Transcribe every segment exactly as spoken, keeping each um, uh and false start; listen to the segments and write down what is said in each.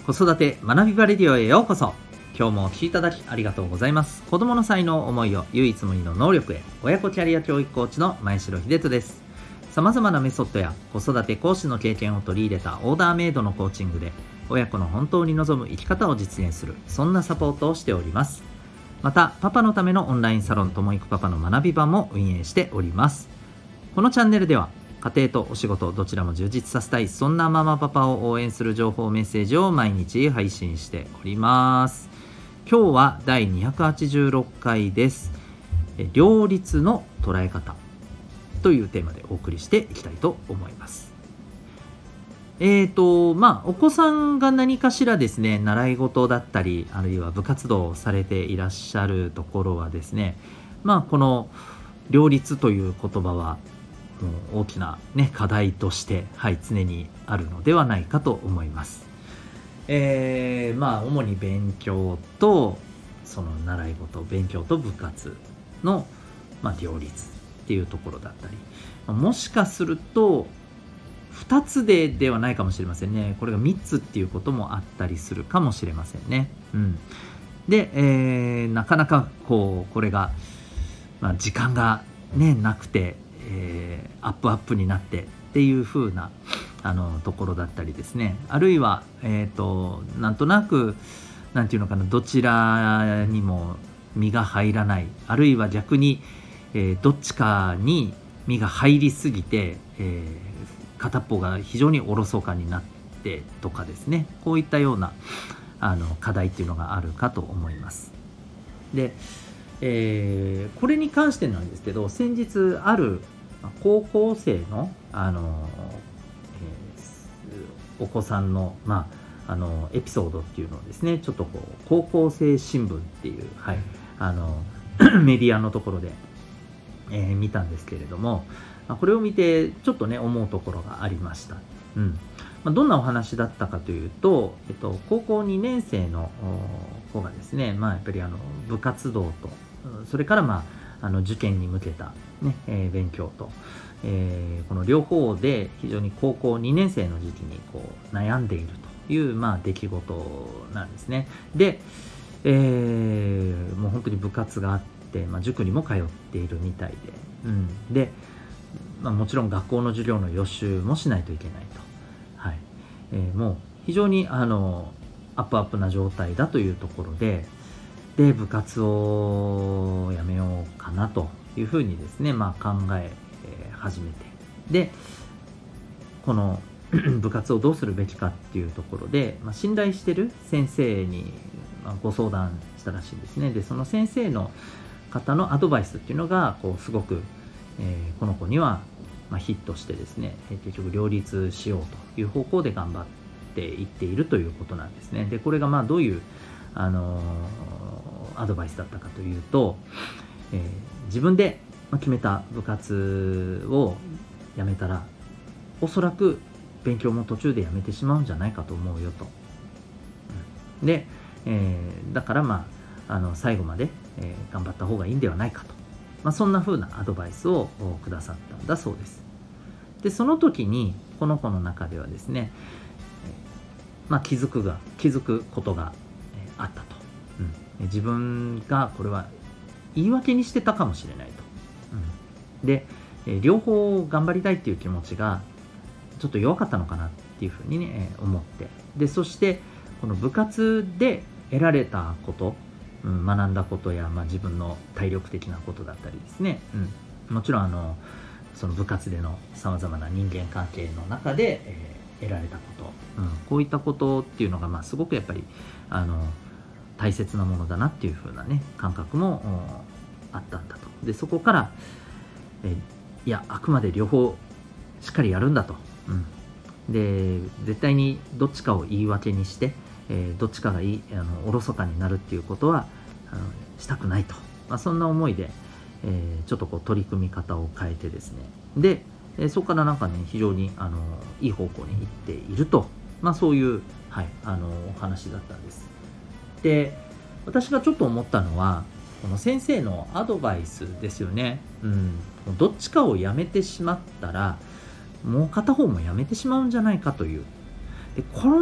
子育て学びバレディオへようこそ。今日もお聞きいただきありがとうございます。子供の才能、思いを唯一無二の能力へ、親子キャリア教育コーチの前城秀人です。様々なメソッドや子育て講師の経験を取り入れたオーダーメイドのコーチングで、親子の本当に望む生き方を実現する、そんなサポートをしております。また、パパのためのオンラインサロンともいくパパの学び場も運営しております。このチャンネルでは、家庭とお仕事どちらも充実させたい、そんなママパパを応援する情報メッセージを毎日配信しております。今日はだいにひゃくはちじゅうろっかいです。両立の捉え方というテーマでお送りしていきたいと思います。えーとまあお子さんが何かしらですね、習い事だったりあるいは部活動をされていらっしゃるところはですね、まあこの両立という言葉はもう大きな、ね、課題として、はい、常にあるのではないかと思います。えー、まあ主に勉強とその習い事、勉強と部活の、まあ、両立っていうところだったり、もしかするとふたつでではないかもしれませんね。これがみっつっていうこともあったりするかもしれませんね。うん、で、えー、なかなかこうこれが、まあ、時間が、ね、なくてえー、アップアップになってっていう風なあのところだったりですね、あるいは、えーと、なんとなくなんていうのかな、どちらにも身が入らない、あるいは逆に、えー、どっちかに身が入りすぎて、えー、片っぽが非常におろそかになってとかですね、こういったようなあの課題っていうのがあるかと思います。でえー、これに関してなんですけど、先日ある高校生の、あの、えー、お子さんの、まあ、あのエピソードっていうのをですね、ちょっとこう高校生新聞っていう、はい、あのメディアのところで、えー、見たんですけれども、これを見てちょっとね思うところがありました。うんまあ、どんなお話だったかというと、えっと、高校にねん生の子がですね、まあ、やっぱりあの部活動とそれから、まあ、あの受験に向けた、ねえー、勉強と、えー、この両方で非常に高校にねん生の時期にこう悩んでいるという、まあ、出来事なんですね。で、えー、もう本当に部活があって、まあ、塾にも通っているみたいで、うん、で、まあ、もちろん学校の授業の予習もしないといけないと、はいえー、もう非常にあのアップアップな状態だというところで、で部活をやめようかなというふうにですね、まあ、考え始めて、でこの部活をどうするべきかっていうところで、まあ、信頼してる先生にご相談したらしいんですね。でその先生の方のアドバイスっていうのがこうすごく、えー、この子にはまあヒットしてですね、結局両立しようという方向で頑張っていっているということなんですね。でこれがまあどういうあのー、アドバイスだったかというと、えー、自分で決めた部活をやめたらおそらく勉強も途中でやめてしまうんじゃないかと思うよと、うん、で、えー、だからまあ、あの最後まで、えー、頑張った方がいいんではないかと、まあ、そんな風なアドバイスをくださったんだそうです。でその時にこの子の中ではですね、まあ、気づくが気づくことがあったと、うん、自分がこれは言い訳にしてたかもしれないと、うん、で両方頑張りたいっていう気持ちがちょっと弱かったのかなっていうふうにね思って、でそしてこの部活で得られたこと、うん、学んだことや、まあ、自分の体力的なことだったりですね、うん、もちろんあのその部活でのさまざまな人間関係の中で、えー、得られたこと、うん、こういったことっていうのが、まあ、すごくやっぱりあの大切なものだなっていう風なね感覚もあったんだと。でそこからえいやあくまで両方しっかりやるんだと、うん、で絶対にどっちかを言い訳にして、えー、どっちかがいいあのおろそかになるっていうことはあのしたくないと、まあ、そんな思いで、えー、ちょっとこう取り組み方を変えてですね、で、えー、そこからなんかね非常にあのいい方向に行っていると、まあ、そういう、はい、あのお話だったんです。で私がちょっと思ったのはこの先生のアドバイスですよね、うん、どっちかをやめてしまったらもう片方もやめてしまうんじゃないかという、でこの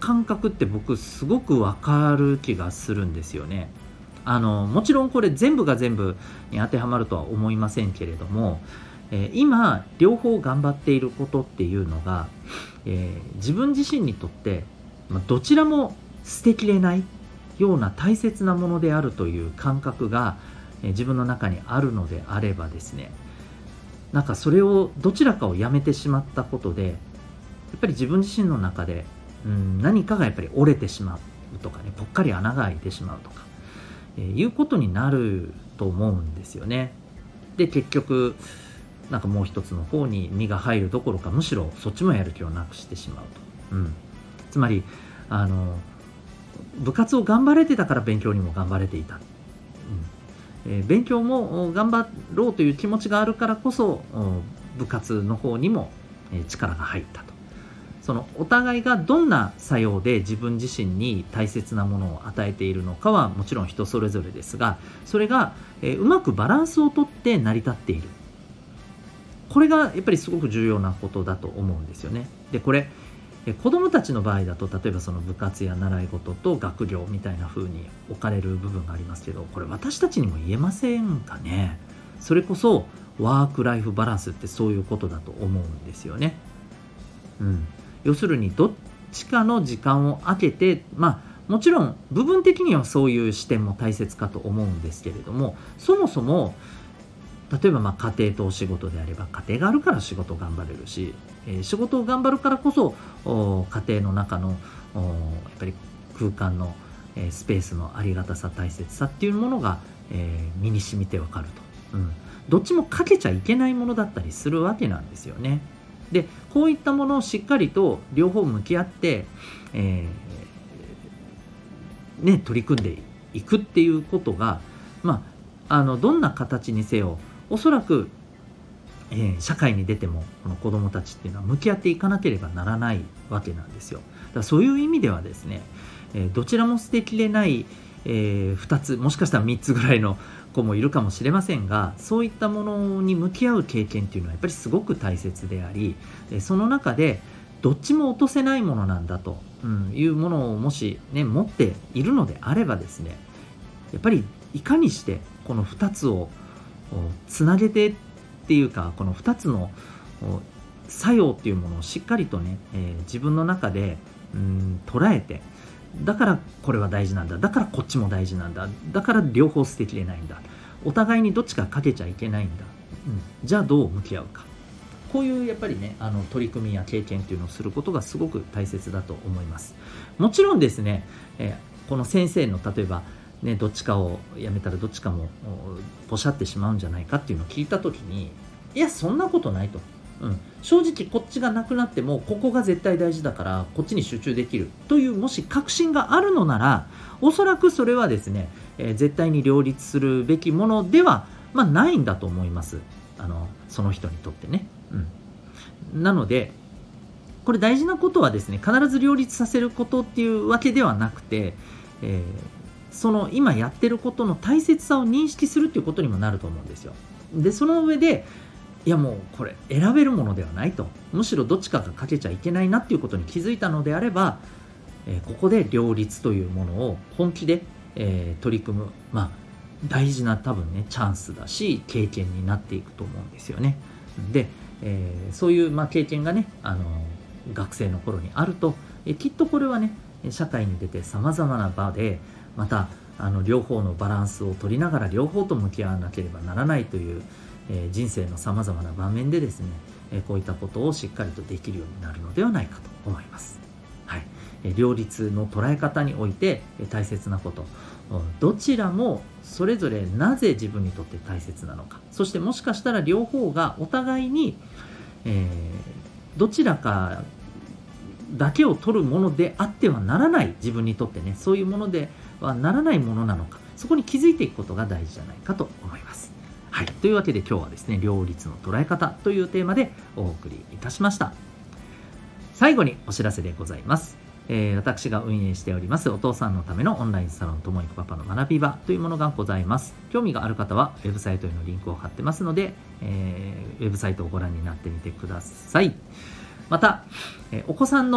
感覚って僕すごくわかる気がするんですよね。あのもちろんこれ全部が全部に当てはまるとは思いませんけれども、えー、今両方頑張っていることっていうのが、えー、自分自身にとって、まあ、どちらも捨てきれないような大切なものであるという感覚が、えー、自分の中にあるのであればですね、なんかそれをどちらかをやめてしまったことで、やっぱり自分自身の中で、うん、何かがやっぱり折れてしまうとかね、ぽっかり穴が開いてしまうとか、えー、いうことになると思うんですよね。で結局なんかもう一つの方に身が入るどころか、むしろそっちもやる気をなくしてしまうと、うん、つまりあの部活を頑張れてたから勉強にも頑張れていた、うんえー、勉強も頑張ろうという気持ちがあるからこそ部活の方にも力が入ったと。そのお互いがどんな作用で自分自身に大切なものを与えているのかはもちろん人それぞれですが、それが、えー、うまくバランスをとって成り立っている、これがやっぱりすごく重要なことだと思うんですよね。でこれ子どもたちの場合だと、例えばその部活や習い事と学業みたいな風に置かれる部分がありますけど、これ私たちにも言えませんかね。それこそワークライフバランスってそういうことだと思うんですよね。うん、要するにどっちかの時間を空けて、まあもちろん部分的にはそういう視点も大切かと思うんですけれども、そもそも例えばまあ家庭とお仕事であれば、家庭があるから仕事を頑張れるし、えー、仕事を頑張るからこそ家庭の中のやっぱり空間の、えー、スペースのありがたさ、大切さっていうものが、えー、身に染みてわかると、うん、どっちもかけちゃいけないものだったりするわけなんですよね。でこういったものをしっかりと両方向き合って、えーね、取り組んでいくっていうことが、まあ、あのどんな形にせよおそらく、えー、社会に出てもこの子どもたちっていうのは向き合っていかなければならないわけなんですよ。だからそういう意味ではですね、えー、どちらも捨てきれない、えー、ふたつ、もしかしたらみっつぐらいの子もいるかもしれませんが、そういったものに向き合う経験っていうのはやっぱりすごく大切であり、その中でどっちも落とせないものなんだと、うん、いうものをもし、ね、持っているのであればですね、やっぱりいかにしてこのふたつをつなげてっていうか、このふたつの作用っていうものをしっかりとね、えー、自分の中でうん捉えて、だからこれは大事なんだ、だからこっちも大事なんだ、だから両方捨てきれないんだ、お互いにどっちかかけちゃいけないんだ、うん、じゃあどう向き合うか、こういうやっぱりね、あの取り組みや経験っていうのをすることがすごく大切だと思います。もちろんですね、えー、この先生の例えばね、どっちかをやめたらどっちかもポシャってしまうんじゃないかっていうのを聞いたときに、いやそんなことないと、うん、正直こっちがなくなってもここが絶対大事だからこっちに集中できるというもし確信があるのなら、おそらくそれはですね、えー、絶対に両立するべきものでは、まあ、ないんだと思います。あのその人にとってね、うん、なのでこれ大事なことはですね、必ず両立させることっていうわけではなくて、えーその今やってることの大切さを認識するっていうことにもなると思うんですよ。でその上で、いやもうこれ選べるものではないと、むしろどっちかがかけちゃいけないなっていうことに気づいたのであれば、えー、ここで両立というものを本気で、えー、取り組む、まあ大事な多分ねチャンスだし経験になっていくと思うんですよね。で、えー、そういう、まあ、経験がね、あの学生の頃にあると、えー、きっとこれはね社会に出てさまざまな場でまたあの両方のバランスを取りながら両方と向き合わなければならないという、えー、人生のさまざまな場面でですね、えー、こういったことをしっかりとできるようになるのではないかと思います。はい、えー、両立の捉え方において、えー、大切なこと、どちらもそれぞれなぜ自分にとって大切なのか、そしてもしかしたら両方がお互いに、えー、どちらかだけを取るものであってはならない、自分にとってねそういうものではならないものなのか、そこに気づいていくことが大事じゃないかと思います。はい、というわけで今日はですね、両立の捉え方というテーマでお送りいたしました。最後にお知らせでございます。えー、私が運営しておりますお父さんのためのオンラインサロンともいくパパの学び場というものがございます。興味がある方はウェブサイトへのリンクを貼ってますので、えー、ウェブサイトをご覧になってみてください。また、えー、お子さんの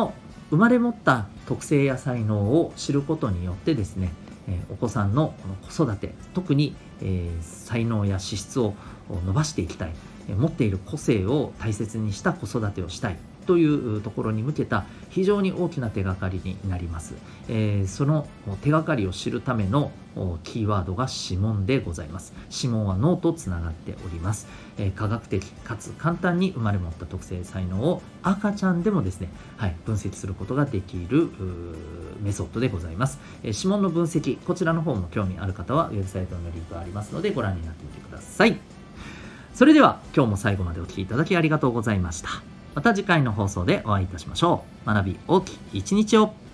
生まれ持った特性や才能を知ることによってですね、えーお子さんのこの子育て、特に、えー才能や資質を伸ばしていきたい、えー持っている個性を大切にした子育てをしたいというところに向けた非常に大きな手がかりになります。えーその手がかりを知るためのおキーワードが指紋でございます。指紋は脳とつながっております。えー科学的かつ簡単に生まれ持った特性才能を赤ちゃんでもですね、はい、分析することができるうーメソッドでございます。えー指紋の分析、こちらの方も興味ある方はウェブサイトのリンクがありますのでご覧になってみてください。それでは今日も最後までお聞きいただきありがとうございました。また次回の放送でお会いいたしましょう。学び大きい一日を。